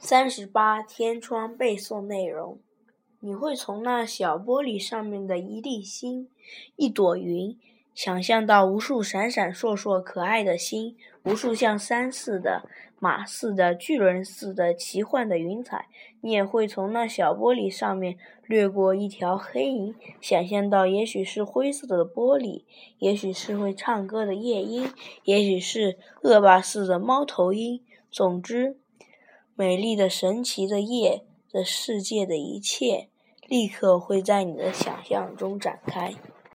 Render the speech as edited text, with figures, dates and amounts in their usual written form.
38天窗背诵内容。你会从那小玻璃上面的一粒星、一朵云，想象到无数闪闪烁烁可爱的星，无数像山似的、马似的、巨人似的奇幻的云彩。你也会从那小玻璃上面掠过一条黑影，想象到也许是灰色的玻璃，也许是会唱歌的夜莺，也许是恶霸似的猫头鹰。总之，美丽的神奇的夜的世界的一切立刻会在你的想象中展开。